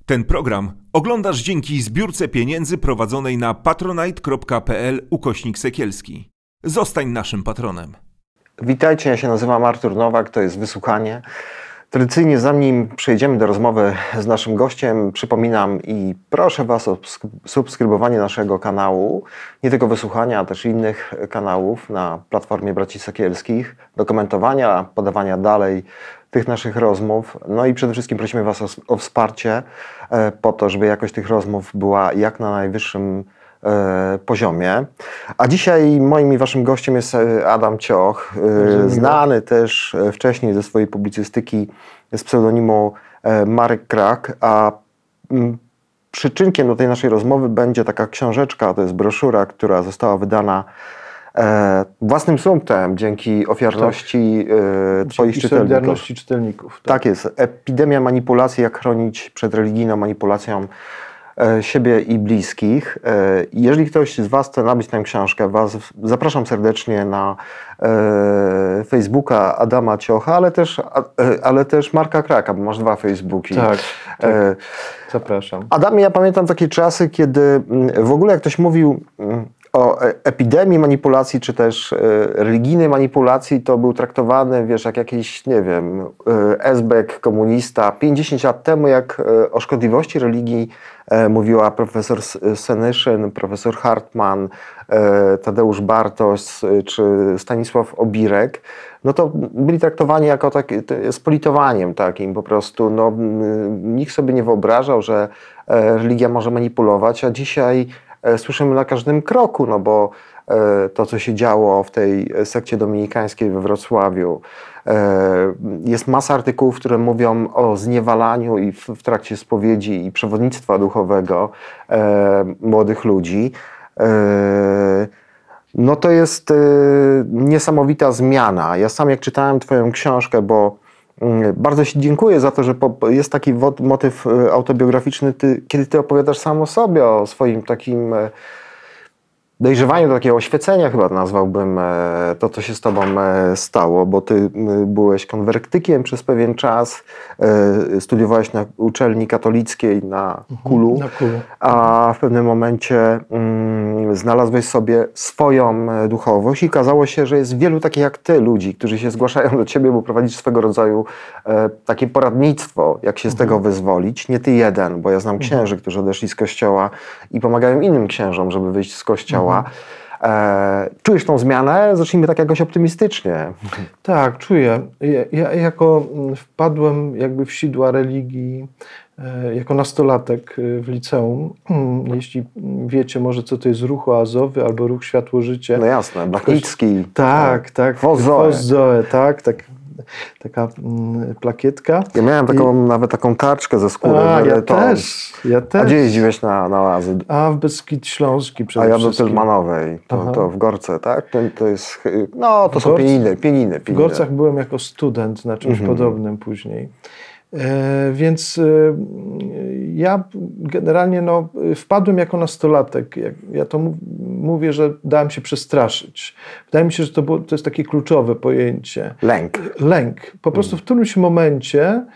Ten program oglądasz dzięki zbiórce pieniędzy prowadzonej na patronite.pl/Sekielski. Zostań naszym patronem. Witajcie, ja się nazywam Artur Nowak, to jest Wysłuchanie. Tradycyjnie zanim przejdziemy do rozmowy z naszym gościem, przypominam i proszę Was o subskrybowanie naszego kanału, nie tylko Wysłuchania, a też innych kanałów na platformie Braci Sekielskich, do komentowania, podawania dalej tych naszych rozmów. No i przede wszystkim prosimy Was o wsparcie po to, żeby jakość tych rozmów była jak na najwyższym poziomie. A dzisiaj moim i Waszym gościem jest Adam Cioch, znany też wcześniej ze swojej publicystyki z pseudonimu Marek Krak, a przyczynkiem do tej naszej rozmowy będzie taka książeczka, to jest broszura, która została wydana własnym sumptem dzięki ofiarności Twoich czytelników. Solidarności czytelników. Tak jest. Epidemia manipulacji, jak chronić przed religijną manipulacją siebie i bliskich. Jeżeli ktoś z Was chce nabyć tę książkę, zapraszam serdecznie na Facebooka Adama Ciocha, ale też Marka Kraka, bo masz 2 Facebooki. Tak. Zapraszam. Adamie, ja pamiętam takie czasy, kiedy w ogóle jak ktoś mówił o epidemii manipulacji, czy też religijnej manipulacji, to był traktowany, wiesz, jak jakiś, nie wiem, esbek, komunista. 50 lat temu, jak o szkodliwości religii mówiła profesor Senyszyn, profesor Hartman, Tadeusz Bartos, czy Stanisław Obirek, no to byli traktowani jako spolitowaniem takim po prostu. No, nikt sobie nie wyobrażał, że religia może manipulować, a dzisiaj słyszymy na każdym kroku, no bo to, co się działo w tej sekcie dominikańskiej we Wrocławiu, jest masa artykułów, które mówią o zniewalaniu i w trakcie spowiedzi i przewodnictwa duchowego młodych ludzi. No to jest niesamowita zmiana. Ja sam jak czytałem Twoją książkę, bo bardzo Ci dziękuję za to, że jest taki motyw autobiograficzny, kiedy Ty opowiadasz sam o sobie, o swoim takim dojrzewaniu do takiego oświecenia, chyba nazwałbym to, co się z Tobą stało, bo Ty byłeś konwertykiem przez pewien czas, studiowałeś na uczelni katolickiej na Kulu, a w pewnym momencie znalazłeś sobie swoją duchowość i okazało się, że jest wielu takich jak Ty ludzi, którzy się zgłaszają do Ciebie, bo prowadzisz swego rodzaju takie poradnictwo, jak się z tego wyzwolić. Nie Ty jeden, bo ja znam księży, którzy odeszli z kościoła i pomagają innym księżom, żeby wyjść z kościoła. Czujesz tą zmianę? Zacznijmy tak jakoś optymistycznie. Tak, czuję. Ja jako wpadłem jakby w sidła religii jako nastolatek w liceum. Jeśli wiecie może, co to jest ruch oazowy albo ruch Światło-Życie. No jasne, Blachnicki. Tak. Zoe, tak. Taka plakietka. Ja miałem nawet taką tarczkę ze skóry. Ja też. A gdzie jeździłeś na oazy? A w Beskid Śląski przede wszystkim. A ja wszystkim. do Tylmanowej. To w Gorce, tak? To jest... No, to są pieniny. W Gorcach byłem jako student na czymś podobnym później. Więc ja generalnie wpadłem jako nastolatek. Ja to mówię, że dałem się przestraszyć. Wydaje mi się, że to jest takie kluczowe pojęcie. Lęk. Po prostu w którymś momencie,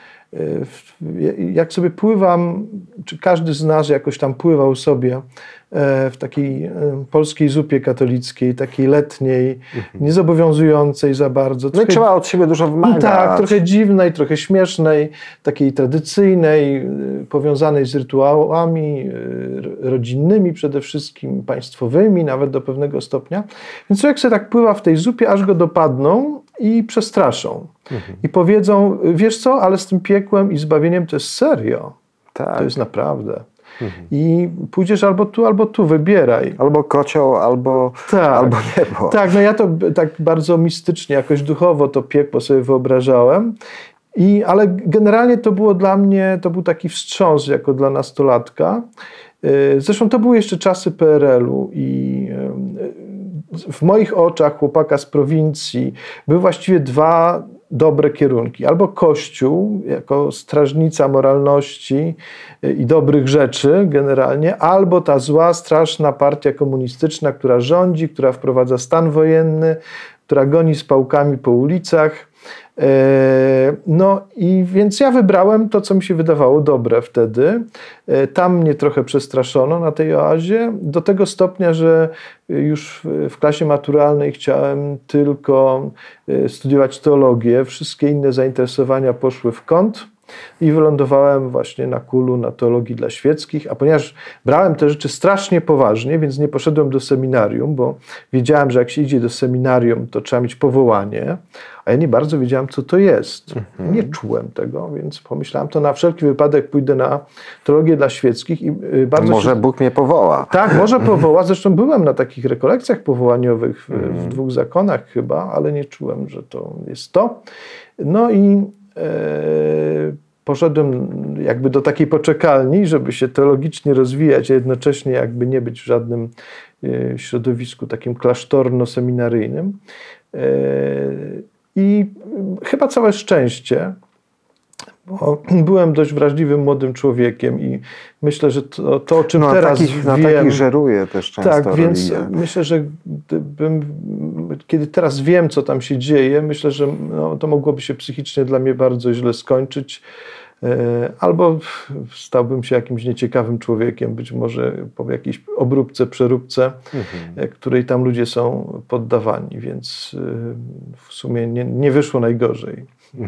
jak sobie pływam, czy każdy z nas jakoś tam pływał sobie w takiej polskiej zupie katolickiej, takiej letniej, niezobowiązującej za bardzo. No i trzeba od siebie dużo wymagać. Tak, trochę dziwnej, trochę śmiesznej, takiej tradycyjnej, powiązanej z rytuałami rodzinnymi przede wszystkim, państwowymi nawet do pewnego stopnia. Więc człowiek sobie tak pływa w tej zupie, aż go dopadną i przestraszą. I powiedzą, wiesz co, ale z tym piekłem i zbawieniem to jest serio. Tak. To jest naprawdę. I pójdziesz albo tu, wybieraj. Albo kocioł, albo niebo. Tak, no ja to tak bardzo mistycznie, jakoś duchowo to piekło sobie wyobrażałem. Ale generalnie to było dla mnie, to był taki wstrząs jako dla nastolatka. Zresztą to były jeszcze czasy PRL-u i w moich oczach chłopaka z prowincji były właściwie 2 dobre kierunki. Albo Kościół jako strażnica moralności i dobrych rzeczy generalnie, albo ta zła, straszna partia komunistyczna, która rządzi, która wprowadza stan wojenny, która goni z pałkami po ulicach. No i więc ja wybrałem to, co mi się wydawało dobre wtedy. Tam mnie trochę przestraszono na tej oazie, do tego stopnia, że już w klasie maturalnej chciałem tylko studiować teologię. Wszystkie inne zainteresowania poszły w kąt. I wylądowałem właśnie na KUL-u, na teologii dla świeckich, a ponieważ brałem te rzeczy strasznie poważnie, więc nie poszedłem do seminarium, bo wiedziałem, że jak się idzie do seminarium, to trzeba mieć powołanie, a ja nie bardzo wiedziałem, co to jest. Nie czułem tego, więc pomyślałem, to na wszelki wypadek pójdę na teologię dla świeckich. I bardzo może Bóg mnie powoła. Tak, może powoła. Zresztą byłem na takich rekolekcjach powołaniowych w 2 zakonach chyba, ale nie czułem, że to jest to. No i poszedłem jakby do takiej poczekalni, żeby się teologicznie rozwijać, a jednocześnie jakby nie być w żadnym środowisku takim klasztorno-seminaryjnym. I chyba całe szczęście, bo byłem dość wrażliwym młodym człowiekiem i myślę, że to o czym teraz wiem... Na takich żeruje też często tak, więc religia. myślę, że kiedy teraz wiem, co tam się dzieje, myślę, że to mogłoby się psychicznie dla mnie bardzo źle skończyć. Albo stałbym się jakimś nieciekawym człowiekiem, być może po jakiejś obróbce, przeróbce, której tam ludzie są poddawani, więc w sumie nie wyszło najgorzej.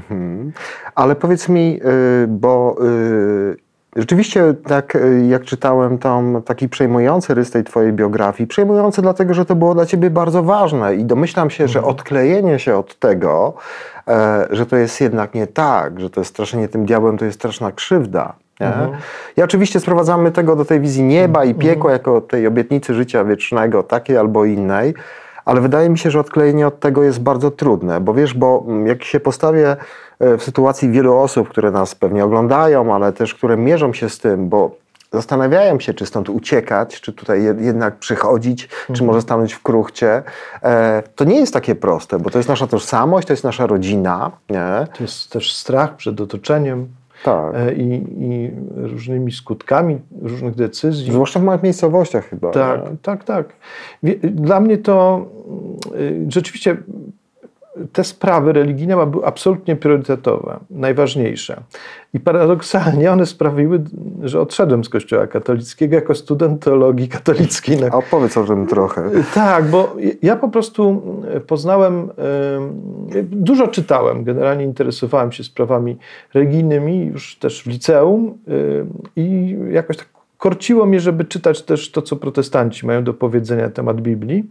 Ale powiedz mi, bo rzeczywiście tak jak czytałem tam taki przejmujący rys tej twojej biografii, przejmujący dlatego, że to było dla ciebie bardzo ważne i domyślam się, że odklejenie się od tego, że to jest jednak nie tak, że to jest straszenie tym diabłem, to jest straszna krzywda. Nie? I oczywiście sprowadzamy tego do tej wizji nieba i piekła jako tej obietnicy życia wiecznego, takiej albo innej, ale wydaje mi się, że odklejenie od tego jest bardzo trudne, bo wiesz, bo jak się postawię w sytuacji wielu osób, które nas pewnie oglądają, ale też które mierzą się z tym, bo zastanawiają się, czy stąd uciekać, czy tutaj jednak przychodzić, czy może stanąć w kruchcie. To nie jest takie proste, bo to jest nasza tożsamość, to jest nasza rodzina. Nie? To jest też strach przed otoczeniem. Tak. I różnymi skutkami różnych decyzji. Zwłaszcza w małych miejscowościach chyba. Tak. Dla mnie to rzeczywiście te sprawy religijne były absolutnie priorytetowe, najważniejsze. I paradoksalnie one sprawiły, że odszedłem z Kościoła katolickiego jako student teologii katolickiej. A opowiedz o tym trochę. Tak, bo ja po prostu poznałem, dużo czytałem, generalnie interesowałem się sprawami religijnymi, już też w liceum i jakoś tak korciło mnie, żeby czytać też to, co protestanci mają do powiedzenia na temat Biblii.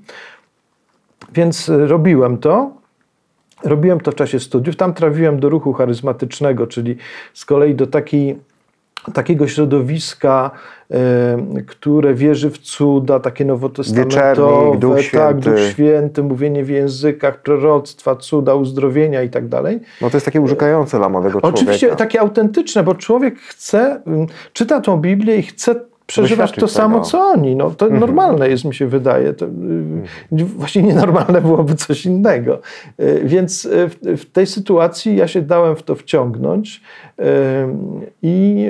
Więc robiłem to. Robiłem to w czasie studiów. Tam trafiłem do ruchu charyzmatycznego, czyli z kolei do takiego środowiska, które wierzy w cuda, takie nowotestamentowe, Duch Święty. Duch Święty, mówienie w językach, proroctwa, cuda, uzdrowienia i tak dalej. No to jest takie urzekające dla młodego człowieka. Oczywiście takie autentyczne, bo człowiek czyta tą Biblię i chce przeżywać to samo, co oni. No, to normalne jest, mi się wydaje. To, właśnie nienormalne byłoby coś innego. Więc w tej sytuacji ja się dałem w to wciągnąć i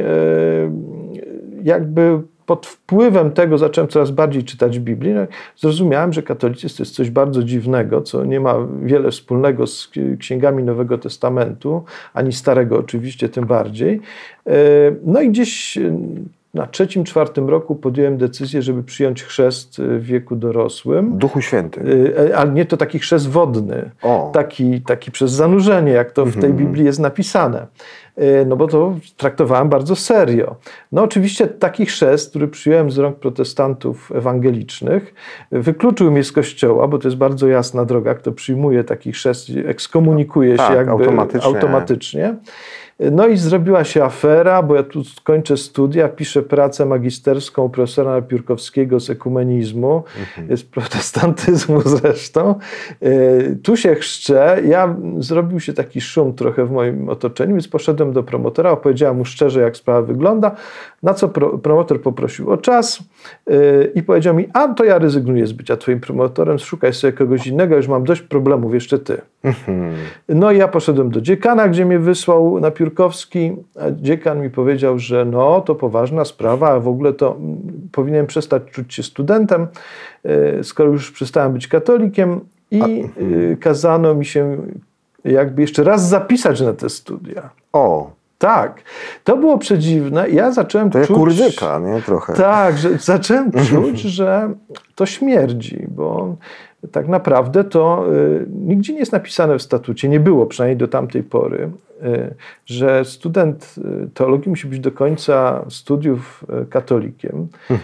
jakby pod wpływem tego zacząłem coraz bardziej czytać Biblię. No, zrozumiałem, że katolicyzm to jest coś bardzo dziwnego, co nie ma wiele wspólnego z księgami Nowego Testamentu, ani Starego oczywiście tym bardziej. No i gdzieś na 3., 4. roku podjąłem decyzję, żeby przyjąć chrzest w wieku dorosłym. Duchu Świętym. Ale nie to taki chrzest wodny, taki przez zanurzenie, jak to w tej Biblii jest napisane. No bo to traktowałem bardzo serio. No oczywiście taki chrzest, który przyjąłem z rąk protestantów ewangelicznych, wykluczył mnie z kościoła, bo to jest bardzo jasna droga, kto przyjmuje taki chrzest, ekskomunikuje się jakby automatycznie. No i zrobiła się afera, bo ja tu kończę studia, piszę pracę magisterską profesora Napiórkowskiego z ekumenizmu, z protestantyzmu zresztą. Tu się chrzczę, zrobił się taki szum trochę w moim otoczeniu, więc poszedłem do promotora, opowiedziałem mu szczerze, jak sprawa wygląda, na co promotor poprosił o czas i powiedział mi, to ja rezygnuję z bycia twoim promotorem, szukaj sobie kogoś innego, już mam dość problemów, jeszcze ty. No i ja poszedłem do dziekana, gdzie mnie wysłał Napiórkowski, a dziekan mi powiedział, że no to poważna sprawa, a w ogóle to powinienem przestać czuć się studentem, skoro już przestałem być katolikiem. i kazano mi się jakby jeszcze raz zapisać na te studia. O, Tak, to było przedziwne. Ja zacząłem to jak czuć... u Rydzyka, nie? Trochę. Tak, że zacząłem czuć, że to śmierdzi, bo tak naprawdę to nigdzie nie jest napisane w statucie, nie było przynajmniej do tamtej pory, że student teologii musi być do końca studiów katolikiem.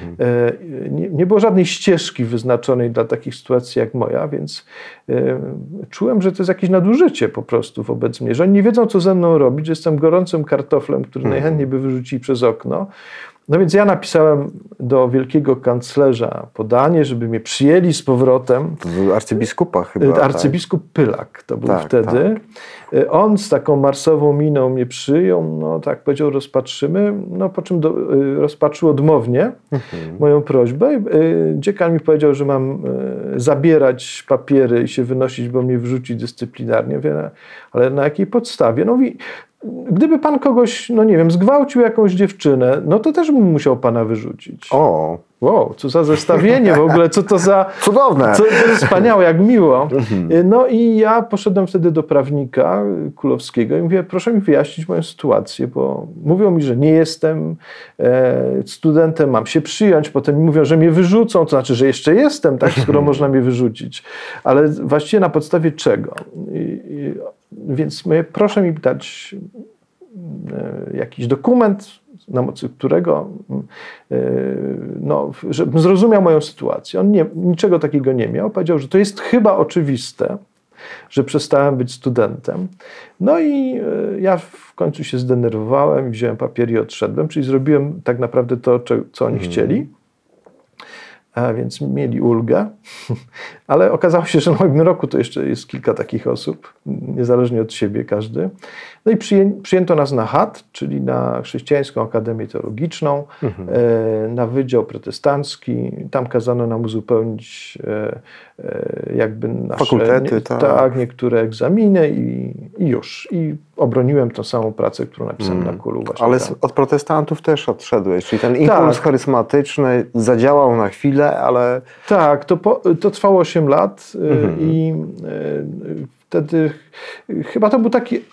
Nie było żadnej ścieżki wyznaczonej dla takich sytuacji jak moja, więc czułem, że to jest jakieś nadużycie po prostu wobec mnie, że oni nie wiedzą, co ze mną robić, że jestem gorącym kartoflem, który najchętniej by wyrzucili przez okno. No więc ja napisałem do wielkiego kanclerza podanie, żeby mnie przyjęli z powrotem. To był arcybiskupa chyba. Arcybiskup Pylak to był Tak, wtedy. On z taką marsową miną mnie przyjął, no tak powiedział, rozpatrzymy, no po czym rozpatrzył odmownie moją prośbę. Dziekan mi powiedział, że mam zabierać papiery i się wynosić, bo mnie wrzuci dyscyplinarnie. Mówię, ale na jakiej podstawie? No mówi, gdyby pan kogoś, no nie wiem, zgwałcił jakąś dziewczynę, no to też bym musiał pana wyrzucić. O, Wow, co za zestawienie w ogóle, co to za... cudowne. To jest wspaniałe, jak miło. No i ja poszedłem wtedy do prawnika Kulowskiego i mówię, proszę mi wyjaśnić moją sytuację, bo mówią mi, że nie jestem studentem, mam się przyjąć, potem mi mówią, że mnie wyrzucą, to znaczy, że jeszcze jestem, tak, skoro można mnie wyrzucić. Ale właściwie na podstawie czego? Więc mówię, proszę mi dać jakiś dokument, na mocy którego no, żebym zrozumiał moją sytuację. On niczego takiego nie miał. Powiedział, że to jest chyba oczywiste, że przestałem być studentem. No i ja w końcu się zdenerwowałem, wziąłem papier i odszedłem, czyli zrobiłem tak naprawdę to, co oni chcieli. A więc mieli ulgę, ale okazało się, że w moim roku to jeszcze jest kilka takich osób, niezależnie od siebie każdy. No i przyjęto nas na CHAT, czyli na Chrześcijańską Akademię Teologiczną, na Wydział Protestancki. Tam kazano nam uzupełnić jakby nasze fakultety, tak, niektóre egzaminy i już. I obroniłem tą samą pracę, którą napisałem na KUL-u. Ale od protestantów też odszedłeś, czyli ten impuls charyzmatyczny zadziałał na chwilę, ale... Tak, to trwało 8 lat i wtedy chyba to był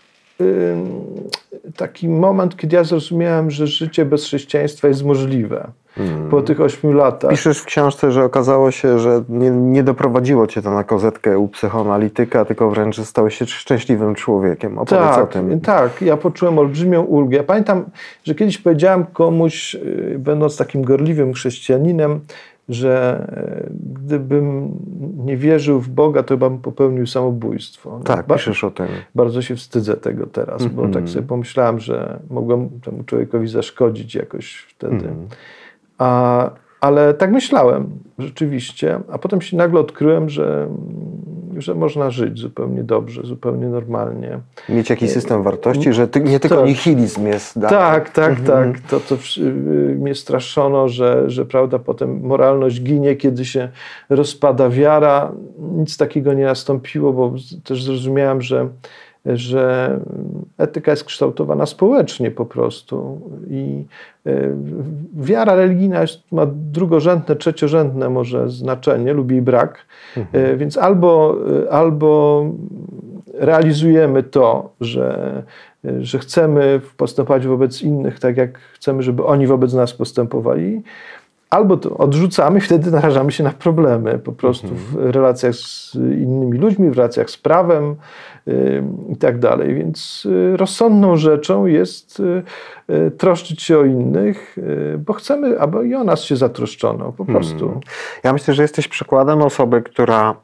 taki moment, kiedy ja zrozumiałem, że życie bez chrześcijaństwa jest możliwe. Po tych 8 latach. Piszesz w książce, że okazało się, że nie doprowadziło cię to na kozetkę u psychoanalityka, tylko wręcz stałeś się szczęśliwym człowiekiem. Opowiedz o tym. Tak, ja poczułem olbrzymią ulgę. Ja pamiętam, że kiedyś powiedziałem komuś, będąc takim gorliwym chrześcijaninem, że gdybym nie wierzył w Boga, to bym popełnił samobójstwo. Tak, piszesz o tym. Bardzo się wstydzę tego teraz, bo tak sobie pomyślałem, że mogłem temu człowiekowi zaszkodzić jakoś wtedy. Ale tak myślałem rzeczywiście, a potem się nagle odkryłem, że można żyć zupełnie dobrze, zupełnie normalnie. Mieć jakiś system wartości, że nie tylko nihilizm jest. Tak. To mnie straszono, że prawda, potem moralność ginie, kiedy się rozpada wiara. Nic takiego nie nastąpiło, bo też zrozumiałem, że etyka jest kształtowana społecznie po prostu i wiara religijna ma drugorzędne, trzeciorzędne może znaczenie lub jej brak, więc albo realizujemy to, że chcemy postępować wobec innych tak, jak chcemy, żeby oni wobec nas postępowali, albo to odrzucamy, wtedy narażamy się na problemy po prostu w relacjach z innymi ludźmi, w relacjach z prawem i tak dalej. Więc rozsądną rzeczą jest troszczyć się o innych, bo chcemy, aby i o nas się zatroszczono po prostu. Ja myślę, że jesteś przykładem osoby, która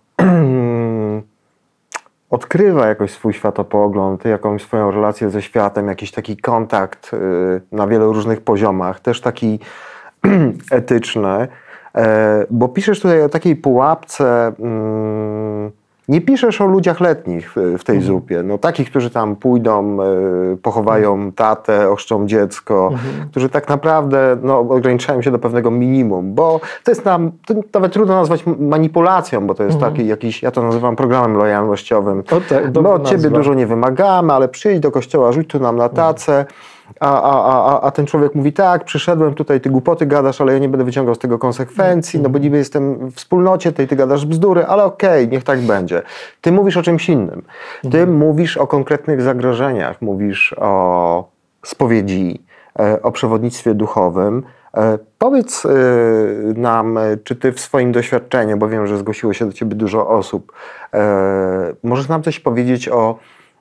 odkrywa jakoś swój światopogląd, jakąś swoją relację ze światem, jakiś taki kontakt na wielu różnych poziomach, też taki etyczny, bo piszesz tutaj o takiej pułapce, nie piszesz o ludziach letnich w tej zupie, no takich, którzy tam pójdą, pochowają tatę, ochrzczą dziecko, którzy tak naprawdę ograniczają się do pewnego minimum, bo to jest to nawet trudno nazwać manipulacją, bo to jest taki jakiś, ja to nazywam programem lojalnościowym, bo od ciebie dużo nie wymagamy, ale przyjdź do kościoła, rzuć tu nam na tacę, A ten człowiek mówi, tak, przyszedłem tutaj, ty głupoty gadasz, ale ja nie będę wyciągał z tego konsekwencji, no bo niby jestem w wspólnocie, ty gadasz bzdury, ale okej, niech tak będzie. Ty mówisz o czymś innym. Ty mówisz o konkretnych zagrożeniach, mówisz o spowiedzi, o przewodnictwie duchowym. Powiedz nam, czy ty w swoim doświadczeniu, bo wiem, że zgłosiło się do ciebie dużo osób, możesz nam coś powiedzieć o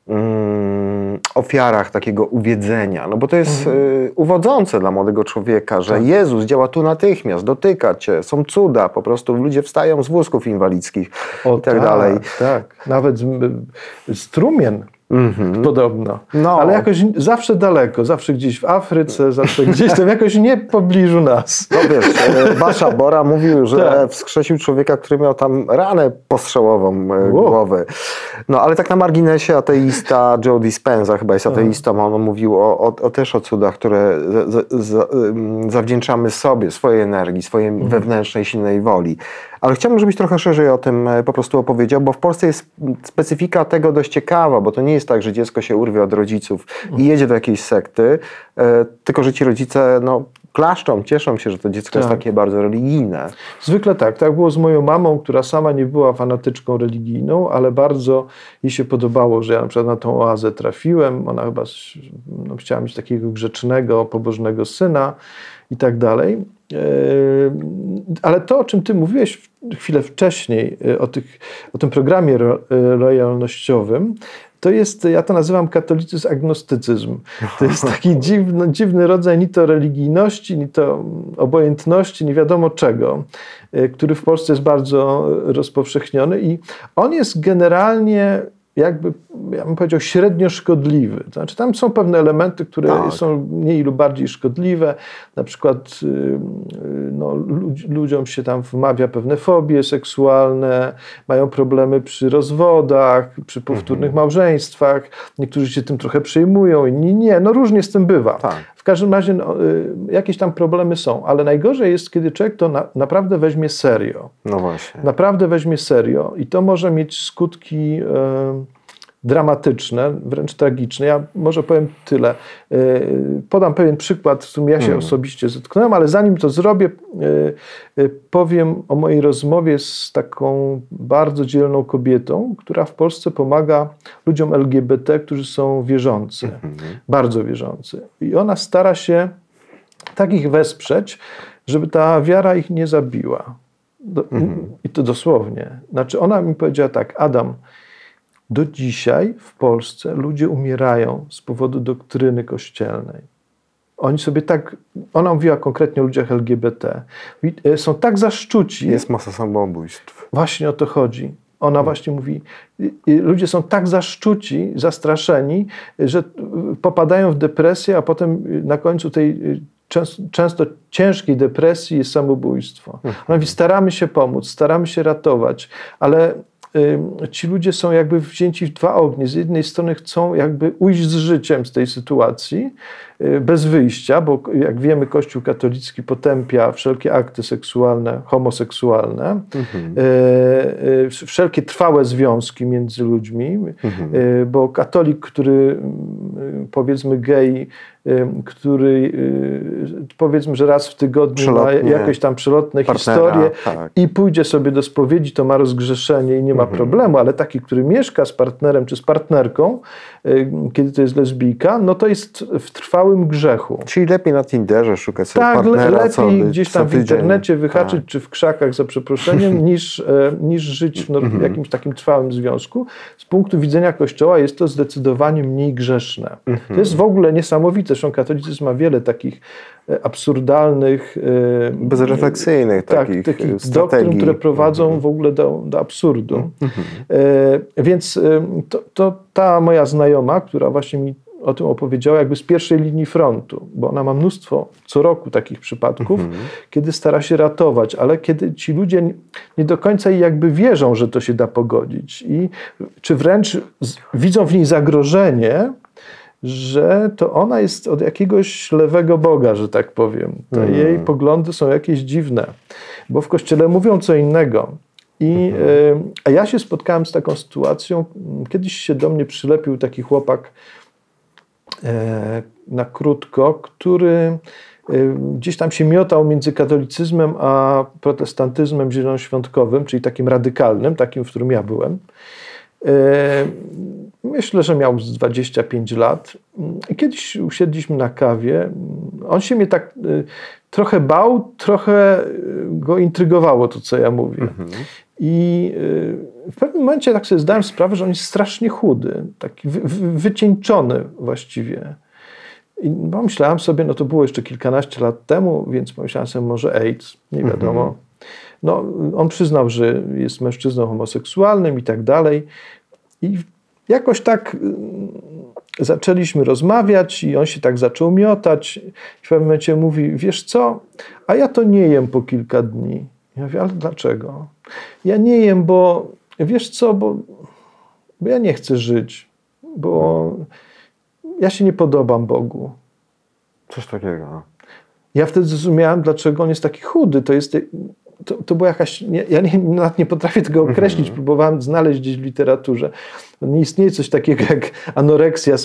ofiarach takiego uwiedzenia, no bo to jest uwodzące dla młodego człowieka, że Jezus działa tu natychmiast, dotyka cię, są cuda, po prostu ludzie wstają z wózków inwalidzkich i tak dalej. Tak, nawet strumień podobno, No. ale jakoś zawsze daleko, zawsze gdzieś w Afryce, zawsze gdzieś tam jakoś nie w pobliżu nas. No wiesz, Basza Bora mówił, że wskrzesił człowieka, który miał tam ranę postrzałową głowy. No ale tak na marginesie ateista Joe Dispenza, chyba jest ateistą, on mówił też o cudach, które zawdzięczamy sobie, swojej energii, swojej wewnętrznej, silnej woli. Ale chciałbym, żebyś trochę szerzej o tym po prostu opowiedział, bo w Polsce jest specyfika tego dość ciekawa, bo to nie jest tak, że dziecko się urwie od rodziców i jedzie do jakiejś sekty, tylko że ci rodzice klaszczą, cieszą się, że to dziecko jest takie bardzo religijne. Zwykle tak. Tak było z moją mamą, która sama nie była fanatyczką religijną, ale bardzo jej się podobało, że ja na przykład na tą oazę trafiłem. Ona chyba chciała mieć takiego grzecznego, pobożnego syna i tak dalej. Ale to, o czym ty mówiłeś chwilę wcześniej, o tym programie lojalnościowym, to jest, ja to nazywam katolicyzm, agnostycyzm. To jest taki dziwny rodzaj ni to religijności, ni to obojętności, nie wiadomo czego, który w Polsce jest bardzo rozpowszechniony i on jest generalnie jakby, ja bym powiedział, średnio szkodliwy. To znaczy, tam są pewne elementy, które są mniej lub bardziej szkodliwe. Na przykład ludziom się tam wmawia pewne fobie seksualne, mają problemy przy rozwodach, przy powtórnych małżeństwach. Niektórzy się tym trochę przejmują, inni nie. No różnie z tym bywa. Tak. W każdym razie jakieś tam problemy są, ale najgorzej jest, kiedy człowiek to naprawdę weźmie serio. No właśnie. Naprawdę weźmie serio i to może mieć skutki dramatyczne, wręcz tragiczne. Ja może powiem tyle. Podam pewien przykład, z którym ja się osobiście zetknąłem, ale zanim to zrobię, powiem o mojej rozmowie z taką bardzo dzielną kobietą, która w Polsce pomaga ludziom LGBT, którzy są wierzący, bardzo wierzący. I ona stara się tak ich wesprzeć, żeby ta wiara ich nie zabiła. I to dosłownie. Znaczy ona mi powiedziała tak: Adam, do dzisiaj w Polsce ludzie umierają z powodu doktryny kościelnej. Oni sobie tak, ona mówiła konkretnie o ludziach LGBT, są tak zaszczuci. Jest masa samobójstw. Właśnie o to chodzi. Ona właśnie mówi, ludzie są tak zaszczuci, zastraszeni, że popadają w depresję, a potem na końcu tej często ciężkiej depresji jest samobójstwo. Ona mówi, staramy się pomóc, staramy się ratować, ale ci ludzie są jakby wzięci w dwa ognie. Z jednej strony chcą jakby ujść z życiem z tej sytuacji, bez wyjścia, bo jak wiemy, Kościół katolicki potępia wszelkie akty seksualne, homoseksualne, wszelkie trwałe związki między ludźmi, bo katolik, który powiedzmy gej, który powiedzmy, że raz w tygodniu ma jakieś tam przelotne historie i pójdzie sobie do spowiedzi, to ma rozgrzeszenie i nie ma problemu, ale taki, który mieszka z partnerem czy z partnerką, kiedy to jest lesbijka, no to jest w trwałym grzechu. Czyli lepiej na Tinderze szukać sobie partnera, lepiej gdzieś tam w internecie wyhaczyć, czy w krzakach, za przeproszeniem, niż żyć w jakimś takim trwałym związku. Z punktu widzenia Kościoła jest to zdecydowanie mniej grzeszne. To jest w ogóle niesamowite. Zresztą katolicyzm ma wiele takich absurdalnych, bezrefleksyjnych takich doktryn, które prowadzą w ogóle do absurdu. Więc ta moja znajoma, która właśnie mi o tym opowiedziała, jakby z pierwszej linii frontu, bo ona ma mnóstwo co roku takich przypadków, kiedy stara się ratować, ale kiedy ci ludzie nie do końca jakby wierzą, że to się da pogodzić czy wręcz widzą w niej zagrożenie, że to ona jest od jakiegoś lewego Boga, że tak powiem. Te jej poglądy są jakieś dziwne, bo w Kościele mówią co innego. A ja się spotkałem z taką sytuacją, kiedyś się do mnie przylepił taki chłopak na krótko, który gdzieś tam się miotał między katolicyzmem a protestantyzmem zielonoświątkowym, czyli takim radykalnym, takim, w którym ja byłem. Myślę, że miał z 25 lat. I kiedyś usiedliśmy na kawie. On się mnie tak trochę bał, trochę go intrygowało to, co ja mówię. I w pewnym momencie tak sobie zdałem sprawę, że on jest strasznie chudy, taki wycieńczony właściwie. I pomyślałem sobie, no to było jeszcze kilkanaście lat temu, więc pomyślałem sobie, może AIDS, nie wiadomo. No, on przyznał, że jest mężczyzną homoseksualnym i tak dalej. I jakoś tak zaczęliśmy rozmawiać i on się tak zaczął miotać. I w pewnym momencie mówi, wiesz co, a ja to nie jem po kilka dni. Ja mówię, ale dlaczego? Ja nie jem, bo wiesz co, bo ja nie chcę żyć, bo ja się nie podobam Bogu. Coś takiego. Ja wtedy zrozumiałem, dlaczego on jest taki chudy. To była jakaś... Ja nie potrafię tego określić. Próbowałem znaleźć gdzieś w literaturze. Nie istnieje coś takiego jak anoreksja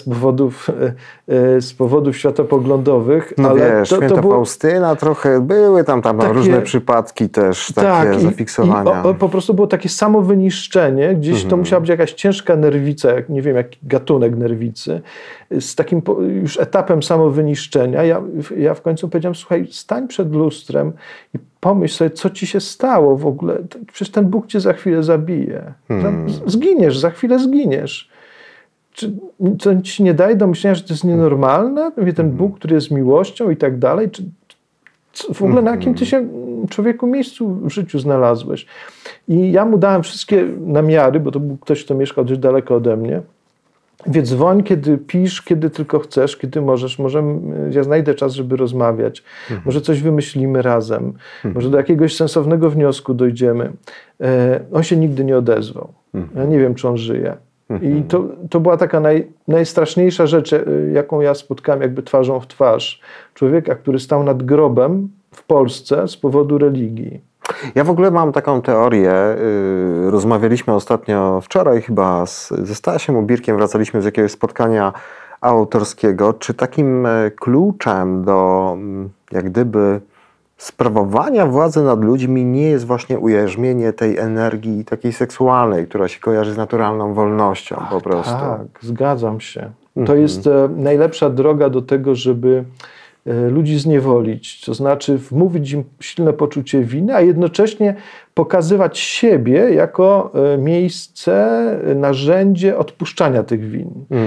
z powodów światopoglądowych. No ale wiesz, święta Faustyna trochę, były tam takie, różne przypadki też, takie zafiksowania. Po prostu było takie samowyniszczenie. Gdzieś to musiała być jakaś ciężka nerwica, nie wiem, jaki gatunek nerwicy, z takim już etapem samowyniszczenia. Ja w końcu powiedziałem, słuchaj, stań przed lustrem i pomyśl sobie, co ci się stało w ogóle. Przecież ten Bóg cię za chwilę zabije. Zginiesz, za chwilę zginiesz. Czy to ci nie daje do myślenia, że to jest nienormalne? Ten Bóg, który jest miłością i tak dalej. W ogóle na jakim ty się, człowieku, miejscu w życiu znalazłeś? I ja mu dałem wszystkie namiary, bo to był ktoś, kto mieszkał dość daleko ode mnie. Więc dzwoń, kiedy pisz, kiedy tylko chcesz, kiedy możesz. Ja znajdę czas, żeby rozmawiać. Może coś wymyślimy razem. Może do jakiegoś sensownego wniosku dojdziemy. On się nigdy nie odezwał. Ja nie wiem, czy on żyje. I to była taka najstraszniejsza rzecz, jaką ja spotkałem jakby twarzą w twarz. Człowieka, który stał nad grobem w Polsce z powodu religii. Ja w ogóle mam taką teorię, rozmawialiśmy ostatnio, wczoraj chyba ze Stasiem Ubirkiem, wracaliśmy z jakiegoś spotkania autorskiego, czy takim kluczem do jak gdyby sprawowania władzy nad ludźmi nie jest właśnie ujarzmienie tej energii takiej seksualnej, która się kojarzy z naturalną wolnością po prostu. Tak, zgadzam się. To jest najlepsza droga do tego, żeby ludzi zniewolić, to znaczy wmówić im silne poczucie winy, a jednocześnie pokazywać siebie jako miejsce, narzędzie odpuszczania tych win.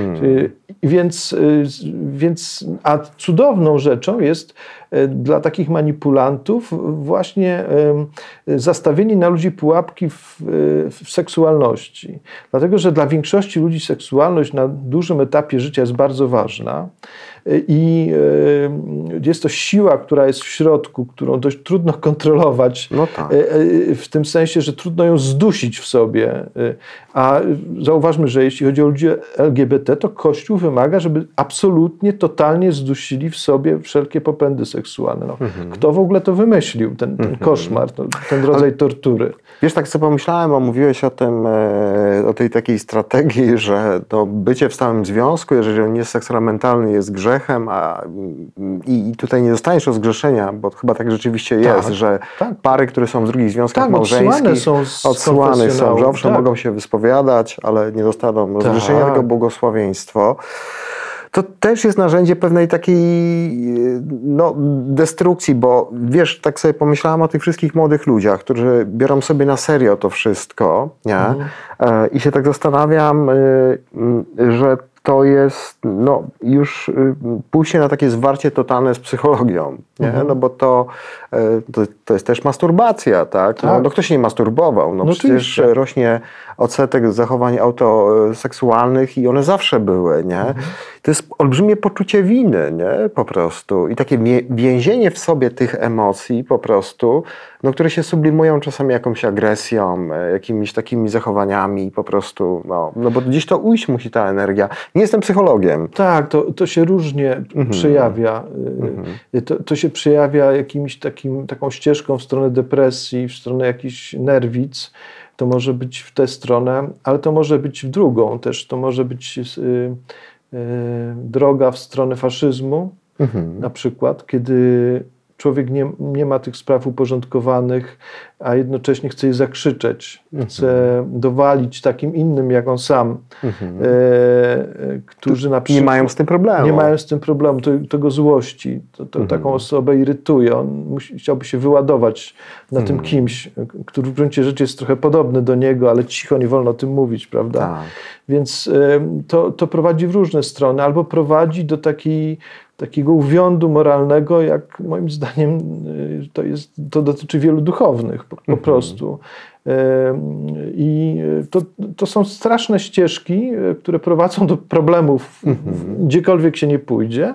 A cudowną rzeczą jest dla takich manipulantów właśnie zastawienie na ludzi pułapki w seksualności. Dlatego, że dla większości ludzi seksualność na dużym etapie życia jest bardzo ważna i jest to siła, która jest w środku, którą dość trudno kontrolować. No tak. W tym sensie, że trudno ją zdusić w sobie. A zauważmy, że jeśli chodzi o ludzi LGBT, to Kościół wymaga, żeby absolutnie, totalnie zdusili w sobie wszelkie popędy seksualne. No, kto w ogóle to wymyślił, ten koszmar, ten rodzaj tortury? Wiesz, tak sobie pomyślałem, bo mówiłeś o tym, o tej takiej strategii, że to bycie w stałym związku, jeżeli on nie jest sakramentalny, jest grzechem, i tutaj nie dostaniesz rozgrzeszenia, bo chyba tak rzeczywiście jest, że pary, które są w drugich związkach małżeńskich, odsłane są, że owszem, mogą się wyspowiadać, ale nie dostaną rozgrzeszenia, tylko błogosławieństwo. To też jest narzędzie pewnej takiej destrukcji, bo wiesz, tak sobie pomyślałem o tych wszystkich młodych ludziach, którzy biorą sobie na serio to wszystko, nie? I się tak zastanawiam, że to jest już pójście na takie zwarcie totalne z psychologią, nie? No bo to jest też masturbacja, tak? No kto się nie masturbował? No przecież rośnie odsetek zachowań autoseksualnych i one zawsze były, nie? To jest olbrzymie poczucie winy, nie? Po prostu. I takie więzienie w sobie tych emocji po prostu, które się sublimują czasami jakąś agresją, jakimiś takimi zachowaniami po prostu, no bo gdzieś to ujść musi ta energia. Nie jestem psychologiem. Tak, to się różnie przejawia. To się przejawia jakimś taką ścieżką w stronę depresji, w stronę jakichś nerwic. To może być w tę stronę, ale to może być w drugą też. To może być droga w stronę faszyzmu, na przykład, kiedy człowiek nie ma tych spraw uporządkowanych, a jednocześnie chce je zakrzyczeć, chce dowalić takim innym jak on sam, którzy na przykład nie mają z tym problemu. Nie mają z tym problemu, to go złości, taką osobę irytuje. On chciałby się wyładować na tym kimś, który w gruncie rzeczy jest trochę podobny do niego, ale cicho, nie wolno o tym mówić, prawda? Tak. Więc to prowadzi w różne strony, albo prowadzi do takiego uwiądu moralnego, jak moim zdaniem to dotyczy wielu duchownych po prostu. I to są straszne ścieżki, które prowadzą do problemów, gdziekolwiek się nie pójdzie.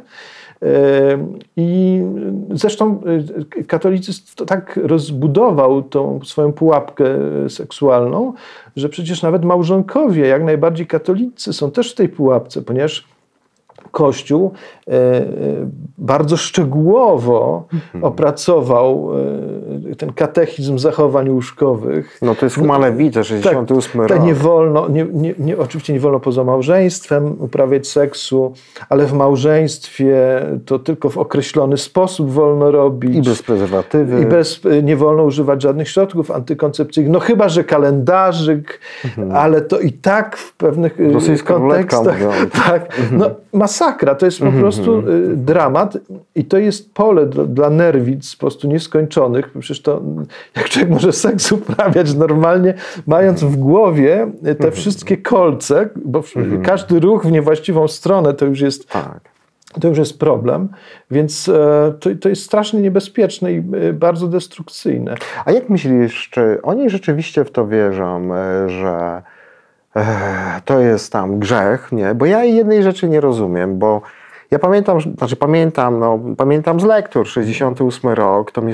I zresztą katolicyzm to tak rozbudował tą swoją pułapkę seksualną, że przecież nawet małżonkowie, jak najbardziej katolicy, są też w tej pułapce, ponieważ Kościół bardzo szczegółowo opracował ten katechizm zachowań łóżkowych. No to jest Humana Vitae, 68 rok. Nie wolno, oczywiście nie wolno poza małżeństwem uprawiać seksu, ale w małżeństwie to tylko w określony sposób wolno robić. I bez prezerwatywy. Nie wolno używać żadnych środków antykoncepcyjnych. No chyba, że kalendarzyk, ale to i tak w pewnych kontekstach. Tak, no, masakra, to jest po prostu dramat i to jest pole dla nerwic po prostu nieskończonych. Przecież to, jak człowiek może seks uprawiać normalnie, mając w głowie te wszystkie kolce, bo każdy ruch w niewłaściwą stronę to już jest... Tak. To już jest problem, więc to jest strasznie niebezpieczne i bardzo destrukcyjne. A jak myślisz, czy oni rzeczywiście w to wierzą, że to jest tam grzech, nie? Bo ja jednej rzeczy nie rozumiem, bo ja pamiętam z lektur, 68 rok, tą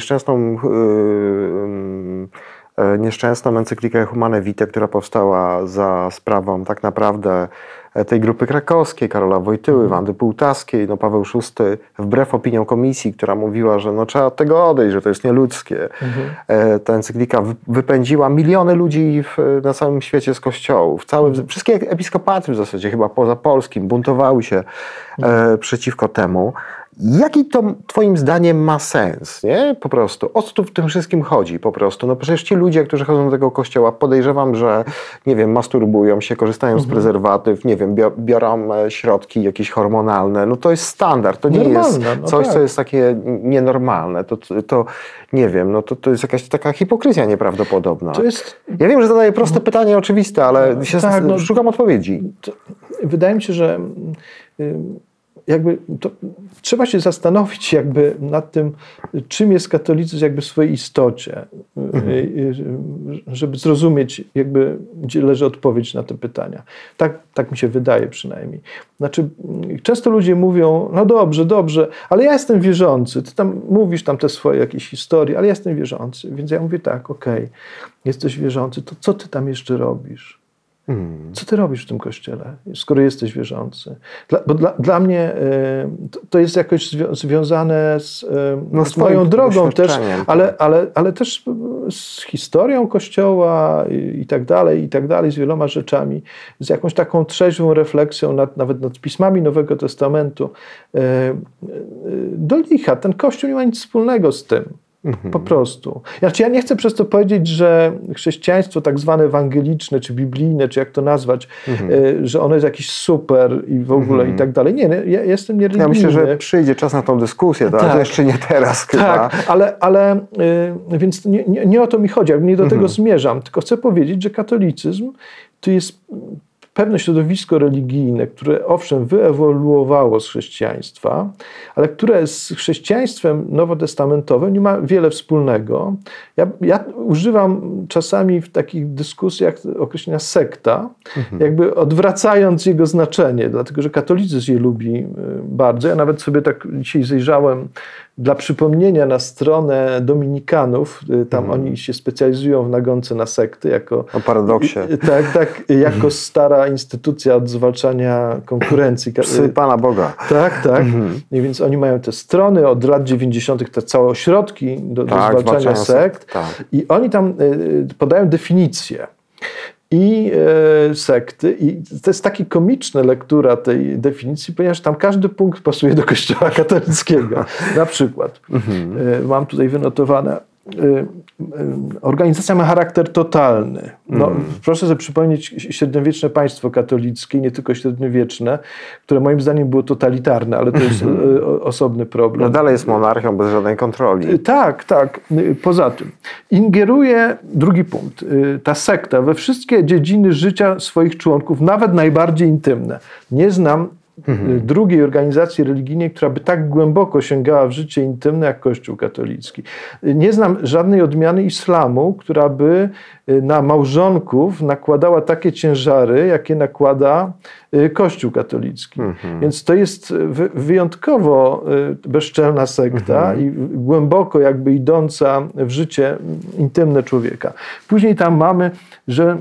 nieszczęsną encyklikę Humanae Vitae, która powstała za sprawą tak naprawdę tej grupy krakowskiej, Karola Wojtyły, Wandy Półtaskiej, Paweł VI, wbrew opiniom komisji, która mówiła, że trzeba od tego odejść, że to jest nieludzkie. Ta encyklika wypędziła miliony ludzi na całym świecie z kościołów. Wszystkie episkopaty w zasadzie, chyba poza polskim, buntowały się przeciwko temu. Jaki to twoim zdaniem ma sens, nie? Po prostu. O co tu w tym wszystkim chodzi po prostu? No przecież ci ludzie, którzy chodzą do tego kościoła, podejrzewam, że, nie wiem, masturbują się, korzystają z prezerwatyw, nie wiem, biorą środki jakieś hormonalne. No to jest standard, to nie jest coś, co jest takie nienormalne. To nie wiem, no to jest jakaś taka hipokryzja nieprawdopodobna. Ja wiem, że zadaję proste pytanie, oczywiste, ale szukam odpowiedzi. Wydaje mi się, że trzeba się zastanowić nad tym, czym jest katolicyzm w swojej istocie, żeby zrozumieć gdzie leży odpowiedź na te pytania. Tak mi się wydaje przynajmniej. Znaczy, często ludzie mówią, no dobrze, ale ja jestem wierzący, ty tam mówisz te swoje jakieś historie, ale ja jestem wierzący, więc ja mówię tak, okej, jesteś wierzący, to co ty tam jeszcze robisz? Co ty robisz w tym kościele, skoro jesteś wierzący? Bo dla mnie to jest jakoś związane z moją drogą też, ale też z historią Kościoła i tak dalej, z wieloma rzeczami, z jakąś taką trzeźwą refleksją nawet nad pismami Nowego Testamentu. Do licha, ten Kościół nie ma nic wspólnego z tym. Po prostu. Znaczy, ja nie chcę przez to powiedzieć, że chrześcijaństwo tak zwane ewangeliczne, czy biblijne, czy jak to nazwać, że ono jest jakieś super i w ogóle i tak dalej. Nie, ja jestem niereligijny. Ja myślę, że przyjdzie czas na tą dyskusję, ale to jeszcze nie teraz chyba. Tak, ale więc nie o to mi chodzi, nie do tego zmierzam, tylko chcę powiedzieć, że katolicyzm to jest pewne środowisko religijne, które owszem wyewoluowało z chrześcijaństwa, ale które z chrześcijaństwem nowotestamentowym nie ma wiele wspólnego. Ja używam czasami w takich dyskusjach określenia sekta, odwracając jego znaczenie, dlatego że katolicyzm je lubi bardzo. Ja nawet sobie tak dzisiaj zajrzałem dla przypomnienia na stronę dominikanów, tam oni się specjalizują w nagonce na sekty jako... O paradoksie. Tak, jako stara instytucja od zwalczania konkurencji. Psy Pana Boga. Tak. I więc oni mają te strony od lat 90. te całe ośrodki do zwalczania sekt. I oni tam podają definicję. i sekty. I to jest taka komiczna lektura tej definicji, ponieważ tam każdy punkt pasuje do Kościoła katolickiego. Na przykład, mam tutaj wynotowane, organizacja ma charakter totalny. No, proszę sobie przypomnieć średniowieczne państwo katolickie, nie tylko średniowieczne, które moim zdaniem było totalitarne, ale to jest osobny problem. No dalej jest monarchią bez żadnej kontroli. Tak, tak. Poza tym ingeruje, drugi punkt, ta sekta we wszystkie dziedziny życia swoich członków, nawet najbardziej intymne. Nie znam drugiej organizacji religijnej, która by tak głęboko sięgała w życie intymne jak Kościół katolicki. Nie znam żadnej odmiany islamu, która by na małżonków nakładała takie ciężary, jakie nakłada Kościół katolicki. Więc to jest wyjątkowo bezczelna sekta i głęboko jakby idąca w życie intymne człowieka. Później tam mamy, że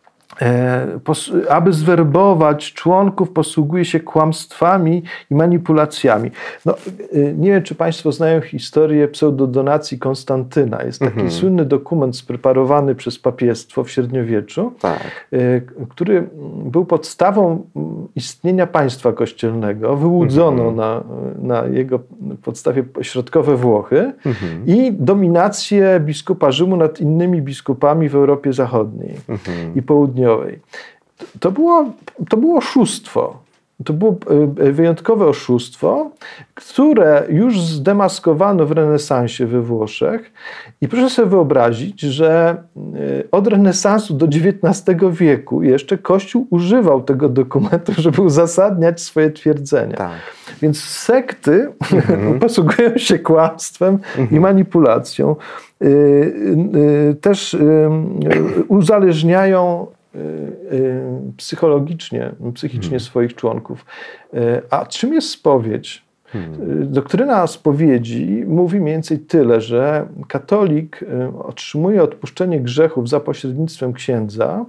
aby zwerbować członków, posługuje się kłamstwami i manipulacjami. No, nie wiem, czy Państwo znają historię pseudodonacji Konstantyna. Jest taki słynny dokument spreparowany przez papiestwo w średniowieczu, który był podstawą istnienia państwa kościelnego. Wyłudzono na jego podstawie środkowe Włochy i dominację biskupa Rzymu nad innymi biskupami w Europie Zachodniej i Południowej. To było oszustwo. To było wyjątkowe oszustwo, które już zdemaskowano w renesansie we Włoszech. I proszę sobie wyobrazić, że od renesansu do XIX wieku jeszcze Kościół używał tego dokumentu, żeby uzasadniać swoje twierdzenia. Tak. Więc sekty posługują się kłamstwem i manipulacją. Też uzależniają psychicznie swoich członków. A czym jest spowiedź? Doktryna spowiedzi mówi mniej więcej tyle, że katolik otrzymuje odpuszczenie grzechów za pośrednictwem księdza,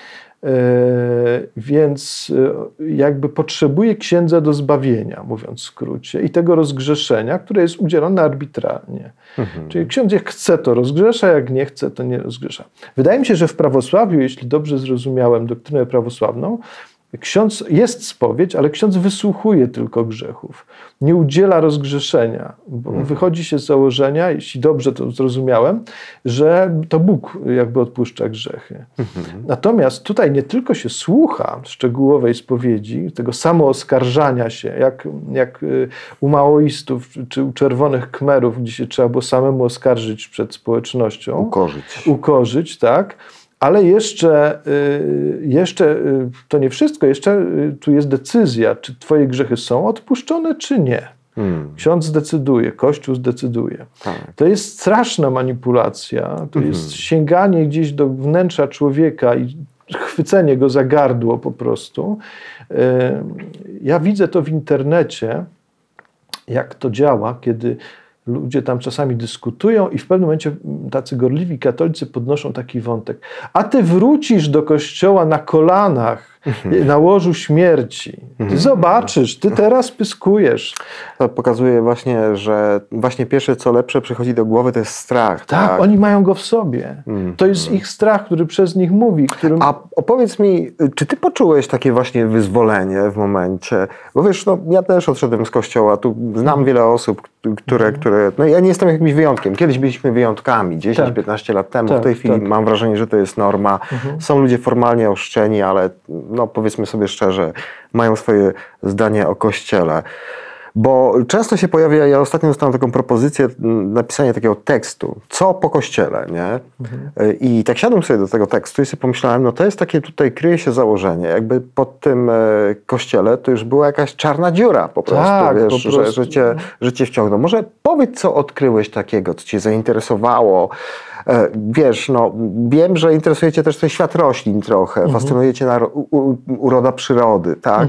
więc jakby potrzebuje księdza do zbawienia, mówiąc w skrócie, i tego rozgrzeszenia, które jest udzielone arbitralnie. Czyli ksiądz jak chce, to rozgrzesza, jak nie chce, to nie rozgrzesza. Wydaje mi się, że w prawosławiu, jeśli dobrze zrozumiałem doktrynę prawosławną, ksiądz jest spowiedź, ale ksiądz wysłuchuje tylko grzechów. Nie udziela rozgrzeszenia. Bo wychodzi się z założenia, jeśli dobrze to zrozumiałem, że to Bóg jakby odpuszcza grzechy. Natomiast tutaj nie tylko się słucha szczegółowej spowiedzi, tego samooskarżania się, jak u maoistów czy u czerwonych kmerów, gdzie się trzeba było samemu oskarżyć przed społecznością. Ukorzyć, tak. Ale jeszcze to nie wszystko, jeszcze tu jest decyzja, czy twoje grzechy są odpuszczone, czy nie. Ksiądz zdecyduje, Kościół zdecyduje. Tak. To jest straszna manipulacja, to jest sięganie gdzieś do wnętrza człowieka i chwycenie go za gardło po prostu. Ja widzę to w internecie, jak to działa, kiedy ludzie tam czasami dyskutują i w pewnym momencie tacy gorliwi katolicy podnoszą taki wątek. A ty wrócisz do kościoła na kolanach, na łożu śmierci. Ty zobaczysz, ty teraz pyskujesz. To pokazuje właśnie, że właśnie pierwsze co lepsze przychodzi do głowy, to jest strach. Tak, oni mają go w sobie. To jest ich strach, który przez nich mówi. A opowiedz mi, czy ty poczułeś takie właśnie wyzwolenie w momencie? Bo wiesz, no, ja też odszedłem z kościoła, tu znam wiele osób, które no ja nie jestem jakimś wyjątkiem. Kiedyś byliśmy wyjątkami, 10-15 lat temu. W tej chwili mam wrażenie, że to jest norma. Są ludzie formalnie ochrzczeni, ale no powiedzmy sobie szczerze, mają swoje zdanie o Kościele. Bo często się pojawia, ja ostatnio dostałem taką propozycję napisania takiego tekstu, co po Kościele, nie? I tak siadłem sobie do tego tekstu i sobie pomyślałem, no to jest takie, tutaj kryje się założenie, jakby pod tym Kościele to już była jakaś czarna dziura po prostu, tak, wiesz, po prostu. Że cię wciągnął. Może powiedz, co odkryłeś takiego, co cię zainteresowało. Wiesz, no wiem, że interesuje cię też ten świat roślin trochę, fascynuje cię uroda przyrody, tak?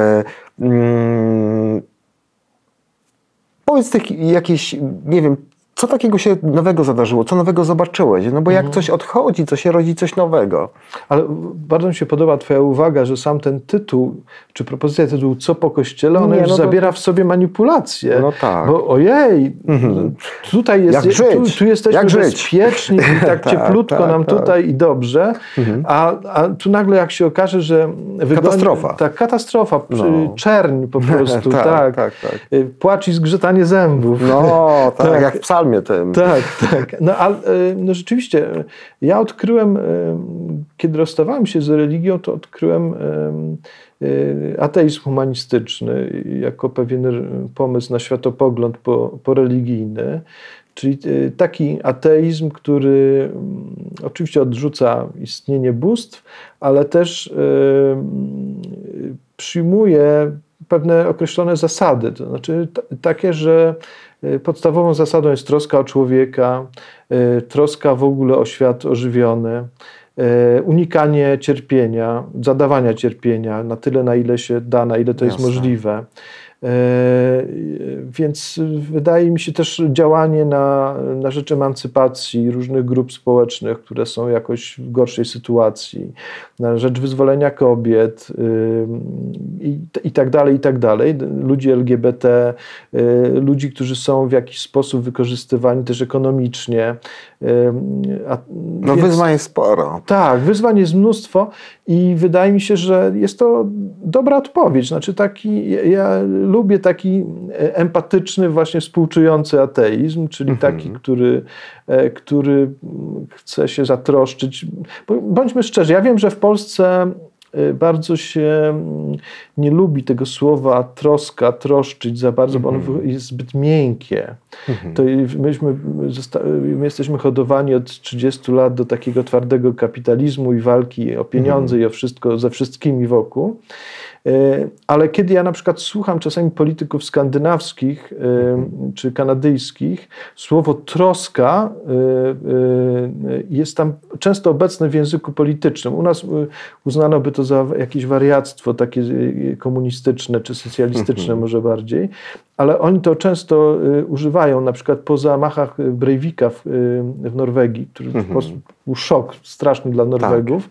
Powiedz jakieś, nie wiem, Co takiego się nowego zadarzyło? Co nowego zobaczyłeś? No bo jak coś odchodzi, to się rodzi coś nowego. Ale bardzo mi się podoba twoja uwaga, że sam ten tytuł, czy propozycja tytułu "Co po Kościele", ona już zabiera w sobie manipulację. No tak. Bo ojej, tutaj jest, Jak żyć? tu jesteśmy Jak żyć? bezpieczni i tak cieplutko nam tutaj i dobrze, a tu nagle jak się okaże, że katastrofa. Tak, katastrofa, czerń po prostu, tak. Płacz i zgrzytanie zębów. No, tak, jak w psalmie tym. Tak. No, ale no rzeczywiście, ja odkryłem, kiedy rozstawałem się z religią, to odkryłem ateizm humanistyczny jako pewien pomysł na światopogląd poreligijny. Czyli taki ateizm, który oczywiście odrzuca istnienie bóstw, ale też przyjmuje pewne określone zasady. To znaczy takie, że podstawową zasadą jest troska o człowieka, troska w ogóle o świat ożywiony, unikanie cierpienia, zadawania cierpienia na tyle, na ile się da, na ile to jest możliwe. Więc wydaje mi się też działanie na rzecz emancypacji różnych grup społecznych, które są jakoś w gorszej sytuacji, na rzecz wyzwolenia kobiet i tak dalej, ludzi LGBT, ludzi, którzy są w jakiś sposób wykorzystywani też ekonomicznie. No więc, wyzwań jest sporo. Tak, wyzwań jest mnóstwo i wydaje mi się, że jest to dobra odpowiedź. Znaczy ja lubię taki empatyczny, właśnie współczujący ateizm, czyli taki, który chce się zatroszczyć. Bądźmy szczerzy, ja wiem, że w Polsce bardzo się nie lubi tego słowa troska, troszczyć za bardzo, bo ono jest zbyt miękkie. To my jesteśmy hodowani od 30 lat do takiego twardego kapitalizmu i walki o pieniądze i o wszystko ze wszystkimi wokół. Ale kiedy ja na przykład słucham czasami polityków skandynawskich czy kanadyjskich, słowo troska jest tam często obecne w języku politycznym. U nas uznano by to za jakieś wariactwo takie komunistyczne czy socjalistyczne może bardziej, ale oni to często używają, na przykład po zamachach Breivika w Norwegii, który po prostu był szok straszny dla Norwegów.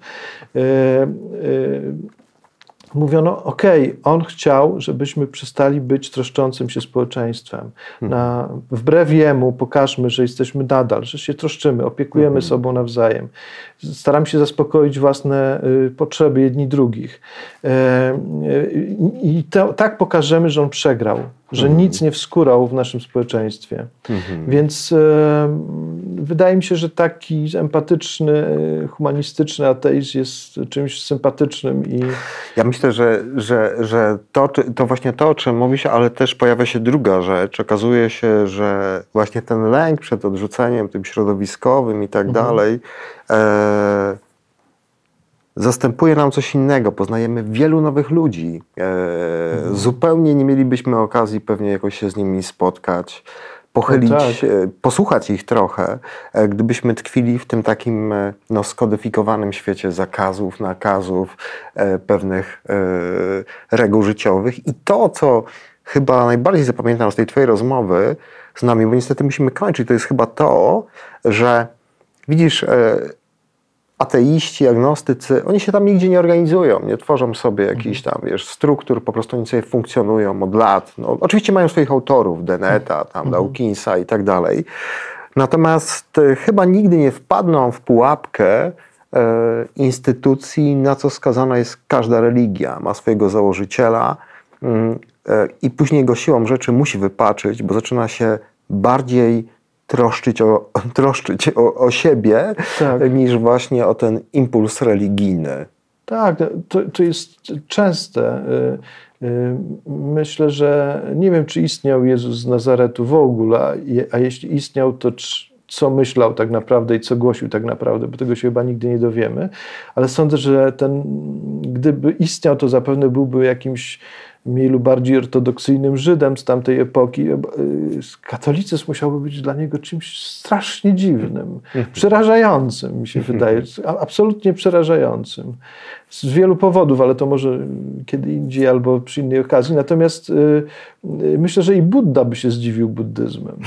Mówiono, on chciał, żebyśmy przestali być troszczącym się społeczeństwem. Wbrew jemu pokażmy, że jesteśmy nadal, że się troszczymy, opiekujemy sobą nawzajem. Staramy się zaspokoić własne potrzeby jedni drugich. I tak pokażemy, że on przegrał, że nic nie wskórał w naszym społeczeństwie. Więc wydaje mi się, że taki empatyczny, humanistyczny ateizm jest czymś sympatycznym. Ja myślę, że to właśnie to, o czym mówisz, ale też pojawia się druga rzecz. Okazuje się, że właśnie ten lęk przed odrzuceniem tym środowiskowym i tak dalej zastępuje nam coś innego. Poznajemy wielu nowych ludzi. Zupełnie nie mielibyśmy okazji pewnie jakoś się z nimi spotkać, pochylić, posłuchać ich trochę, gdybyśmy tkwili w tym takim skodyfikowanym świecie zakazów, nakazów, pewnych reguł życiowych. I to, co chyba najbardziej zapamiętam z tej twojej rozmowy z nami, bo niestety musimy kończyć, to jest chyba to, że widzisz, ateiści, agnostycy, oni się tam nigdzie nie organizują, nie tworzą sobie jakichś tam, struktur, po prostu oni sobie funkcjonują od lat. No, oczywiście mają swoich autorów, Deneta, Dawkinsa i tak dalej. Natomiast chyba nigdy nie wpadną w pułapkę instytucji, na co skazana jest każda religia. Ma swojego założyciela i później go siłą rzeczy musi wypaczyć, bo zaczyna się bardziej troszczyć o siebie, niż właśnie o ten impuls religijny. Tak, to jest częste. Myślę, że nie wiem, czy istniał Jezus z Nazaretu w ogóle, a jeśli istniał, to co myślał tak naprawdę i co głosił tak naprawdę, bo tego się chyba nigdy nie dowiemy, ale sądzę, że gdyby istniał, to zapewne byłby jakimś mniej lub bardziej ortodoksyjnym Żydem z tamtej epoki. Katolicyzm musiałby być dla niego czymś strasznie dziwnym, przerażającym, mi się wydaje, absolutnie przerażającym. z wielu powodów, ale to może kiedy indziej albo przy innej okazji. Natomiast myślę, że i Budda by się zdziwił buddyzmem.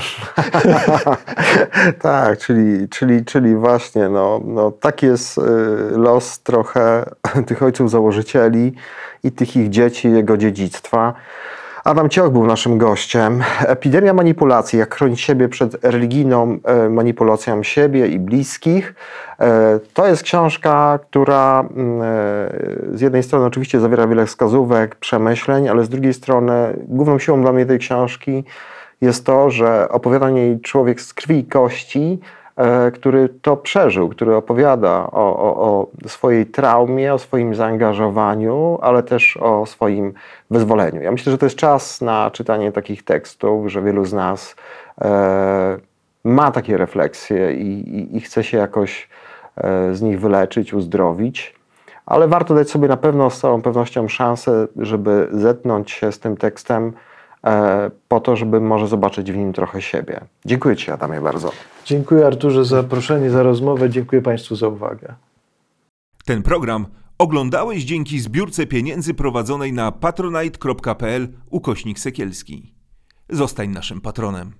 Tak, czyli właśnie taki jest los trochę tych ojców założycieli i tych ich dzieci, jego dziedzictwa. Adam Cioch był naszym gościem. Epidemia manipulacji, jak chronić siebie przed religijną manipulacją siebie i bliskich. To jest książka, która z jednej strony oczywiście zawiera wiele wskazówek, przemyśleń, ale z drugiej strony główną siłą dla mnie tej książki jest to, że opowiada o niej człowiek z krwi i kości, który to przeżył, który opowiada o swojej traumie, o swoim zaangażowaniu, ale też o swoim wyzwoleniu. Ja myślę, że to jest czas na czytanie takich tekstów, że wielu z nas ma takie refleksje i chce się jakoś z nich wyleczyć, uzdrowić, ale warto dać sobie na pewno z całą pewnością szansę, żeby zetknąć się z tym tekstem po to, żeby może zobaczyć w nim trochę siebie. Dziękuję Ci, Adamie, bardzo. Dziękuję, Arturze, za zaproszenie, za rozmowę. Dziękuję Państwu za uwagę. Ten program oglądałeś dzięki zbiórce pieniędzy prowadzonej na patronite.pl/Sekielski. Zostań naszym patronem.